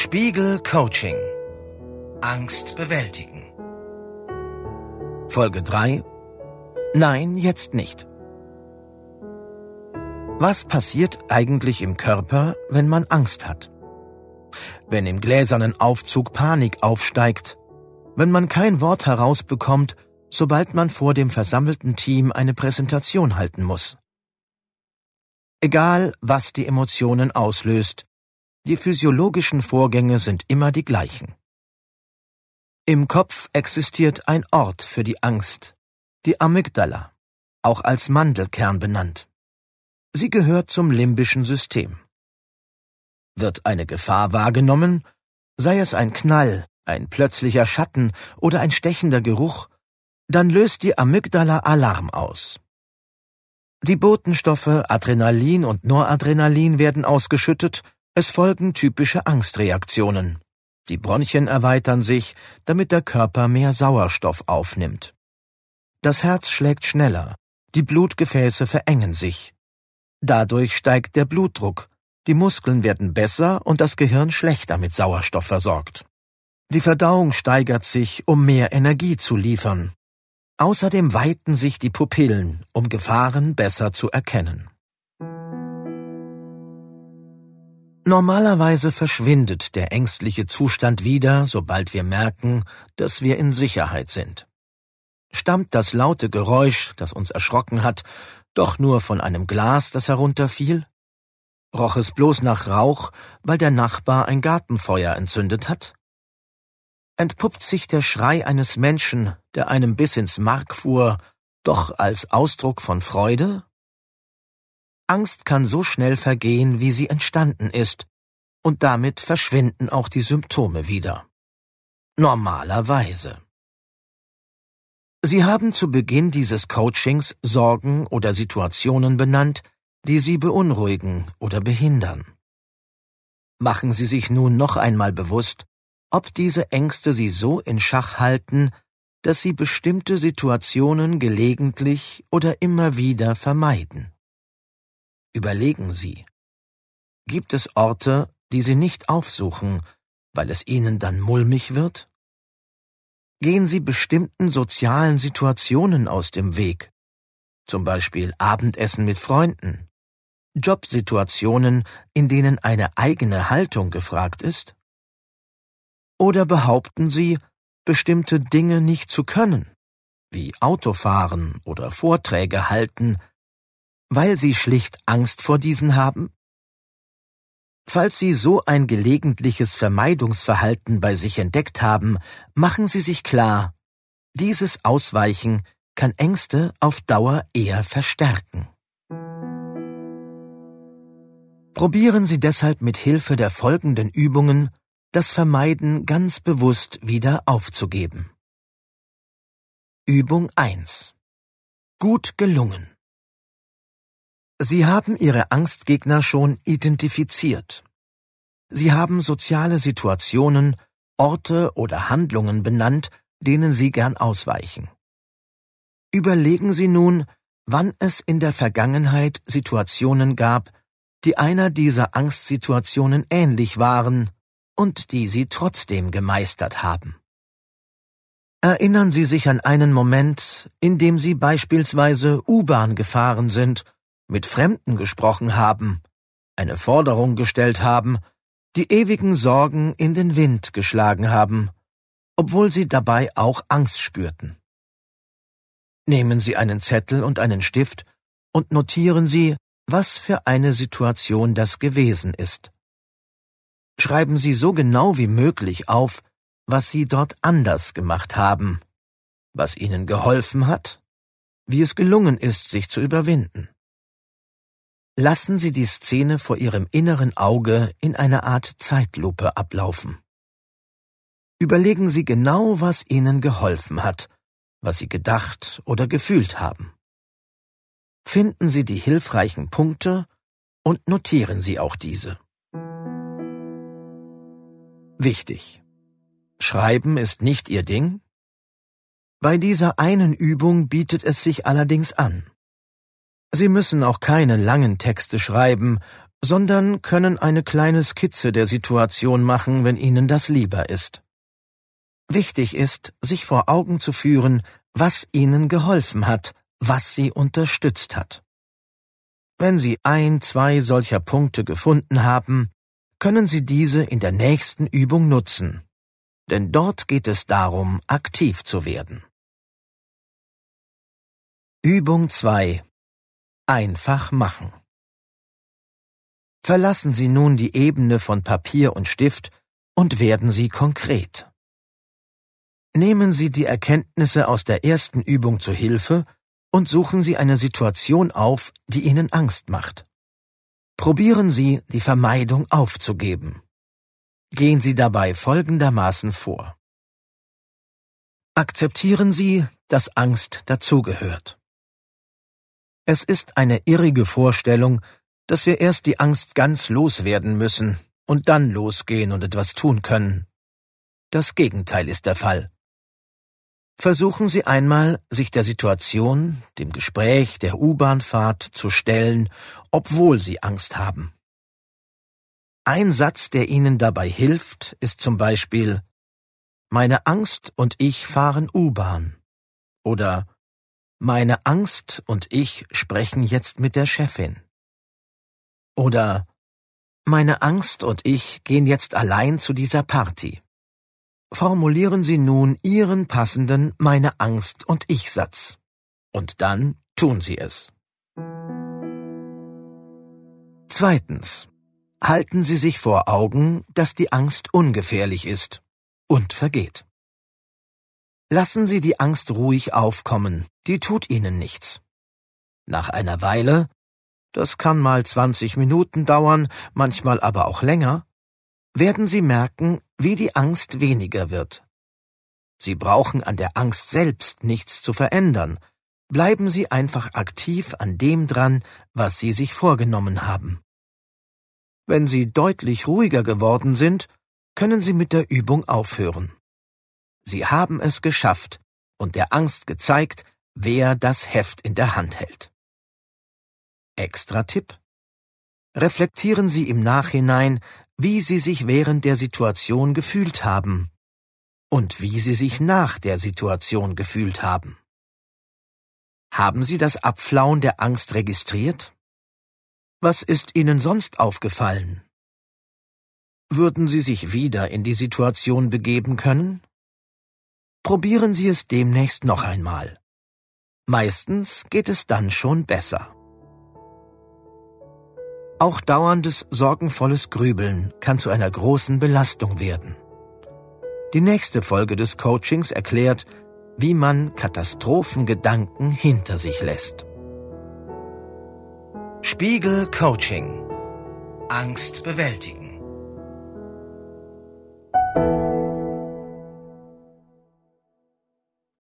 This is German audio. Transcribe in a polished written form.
Spiegel Coaching. Angst bewältigen. Folge 3. Nein, jetzt nicht. Was passiert eigentlich im Körper, wenn man Angst hat? Wenn im gläsernen Aufzug Panik aufsteigt, wenn man kein Wort herausbekommt, sobald man vor dem versammelten Team eine Präsentation halten muss. Egal, was die Emotionen auslöst, die physiologischen Vorgänge sind immer die gleichen. Im Kopf existiert ein Ort für die Angst, die Amygdala, auch als Mandelkern benannt. Sie gehört zum limbischen System. Wird eine Gefahr wahrgenommen, sei es ein Knall, ein plötzlicher Schatten oder ein stechender Geruch, dann löst die Amygdala Alarm aus. Die Botenstoffe Adrenalin und Noradrenalin werden ausgeschüttet, es folgen typische Angstreaktionen. Die Bronchien erweitern sich, damit der Körper mehr Sauerstoff aufnimmt. Das Herz schlägt schneller, die Blutgefäße verengen sich. Dadurch steigt der Blutdruck, die Muskeln werden besser und das Gehirn schlechter mit Sauerstoff versorgt. Die Verdauung steigert sich, um mehr Energie zu liefern. Außerdem weiten sich die Pupillen, um Gefahren besser zu erkennen. Normalerweise verschwindet der ängstliche Zustand wieder, sobald wir merken, dass wir in Sicherheit sind. Stammt das laute Geräusch, das uns erschrocken hat, doch nur von einem Glas, das herunterfiel? Roch es bloß nach Rauch, weil der Nachbar ein Gartenfeuer entzündet hat? Entpuppt sich der Schrei eines Menschen, der einem bis ins Mark fuhr, doch als Ausdruck von Freude? Angst kann so schnell vergehen, wie sie entstanden ist, und damit verschwinden auch die Symptome wieder. Normalerweise. Sie haben zu Beginn dieses Coachings Sorgen oder Situationen benannt, die Sie beunruhigen oder behindern. Machen Sie sich nun noch einmal bewusst, ob diese Ängste Sie so in Schach halten, dass Sie bestimmte Situationen gelegentlich oder immer wieder vermeiden. Überlegen Sie, gibt es Orte, die Sie nicht aufsuchen, weil es Ihnen dann mulmig wird? Gehen Sie bestimmten sozialen Situationen aus dem Weg, zum Beispiel Abendessen mit Freunden, Jobsituationen, in denen eine eigene Haltung gefragt ist? Oder behaupten Sie, bestimmte Dinge nicht zu können, wie Autofahren oder Vorträge halten, weil Sie schlicht Angst vor diesen haben? Falls Sie so ein gelegentliches Vermeidungsverhalten bei sich entdeckt haben, machen Sie sich klar, dieses Ausweichen kann Ängste auf Dauer eher verstärken. Probieren Sie deshalb mit Hilfe der folgenden Übungen, das Vermeiden ganz bewusst wieder aufzugeben. Übung 1. Gut gelungen. Sie haben Ihre Angstgegner schon identifiziert. Sie haben soziale Situationen, Orte oder Handlungen benannt, denen Sie gern ausweichen. Überlegen Sie nun, wann es in der Vergangenheit Situationen gab, die einer dieser Angstsituationen ähnlich waren und die Sie trotzdem gemeistert haben. Erinnern Sie sich an einen Moment, in dem Sie beispielsweise U-Bahn gefahren sind, mit Fremden gesprochen haben, eine Forderung gestellt haben, die ewigen Sorgen in den Wind geschlagen haben, obwohl Sie dabei auch Angst spürten. Nehmen Sie einen Zettel und einen Stift und notieren Sie, was für eine Situation das gewesen ist. Schreiben Sie so genau wie möglich auf, was Sie dort anders gemacht haben, was Ihnen geholfen hat, wie es gelungen ist, sich zu überwinden. Lassen Sie die Szene vor Ihrem inneren Auge in einer Art Zeitlupe ablaufen. Überlegen Sie genau, was Ihnen geholfen hat, was Sie gedacht oder gefühlt haben. Finden Sie die hilfreichen Punkte und notieren Sie auch diese. Wichtig: Schreiben ist nicht Ihr Ding? Bei dieser einen Übung bietet es sich allerdings an. Sie müssen auch keine langen Texte schreiben, sondern können eine kleine Skizze der Situation machen, wenn Ihnen das lieber ist. Wichtig ist, sich vor Augen zu führen, was Ihnen geholfen hat, was Sie unterstützt hat. Wenn Sie 1, 2 solcher Punkte gefunden haben, können Sie diese in der nächsten Übung nutzen. Denn dort geht es darum, aktiv zu werden. Übung 2. Einfach machen. Verlassen Sie nun die Ebene von Papier und Stift und werden Sie konkret. Nehmen Sie die Erkenntnisse aus der ersten Übung zu Hilfe und suchen Sie eine Situation auf, die Ihnen Angst macht. Probieren Sie, die Vermeidung aufzugeben. Gehen Sie dabei folgendermaßen vor. Akzeptieren Sie, dass Angst dazugehört. Es ist eine irrige Vorstellung, dass wir erst die Angst ganz loswerden müssen und dann losgehen und etwas tun können. Das Gegenteil ist der Fall. Versuchen Sie einmal, sich der Situation, dem Gespräch, der U-Bahn-Fahrt zu stellen, obwohl Sie Angst haben. Ein Satz, der Ihnen dabei hilft, ist zum Beispiel: Meine Angst und ich fahren U-Bahn. Oder Meine Angst und ich sprechen jetzt mit der Chefin. Oder Meine Angst und ich gehen jetzt allein zu dieser Party. Formulieren Sie nun Ihren passenden Meine Angst und ich-Satz. Und dann tun Sie es. Zweitens. Halten Sie sich vor Augen, dass die Angst ungefährlich ist und vergeht. Lassen Sie die Angst ruhig aufkommen, die tut Ihnen nichts. Nach einer Weile, das kann mal 20 Minuten dauern, manchmal aber auch länger, werden Sie merken, wie die Angst weniger wird. Sie brauchen an der Angst selbst nichts zu verändern. Bleiben Sie einfach aktiv an dem dran, was Sie sich vorgenommen haben. Wenn Sie deutlich ruhiger geworden sind, können Sie mit der Übung aufhören. Sie haben es geschafft und der Angst gezeigt, wer das Heft in der Hand hält. Extra Tipp: Reflektieren Sie im Nachhinein, wie Sie sich während der Situation gefühlt haben und wie Sie sich nach der Situation gefühlt haben. Haben Sie das Abflauen der Angst registriert? Was ist Ihnen sonst aufgefallen? Würden Sie sich wieder in die Situation begeben können? Probieren Sie es demnächst noch einmal. Meistens geht es dann schon besser. Auch dauerndes, sorgenvolles Grübeln kann zu einer großen Belastung werden. Die nächste Folge des Coachings erklärt, wie man Katastrophengedanken hinter sich lässt. Spiegel Coaching. Angst bewältigen.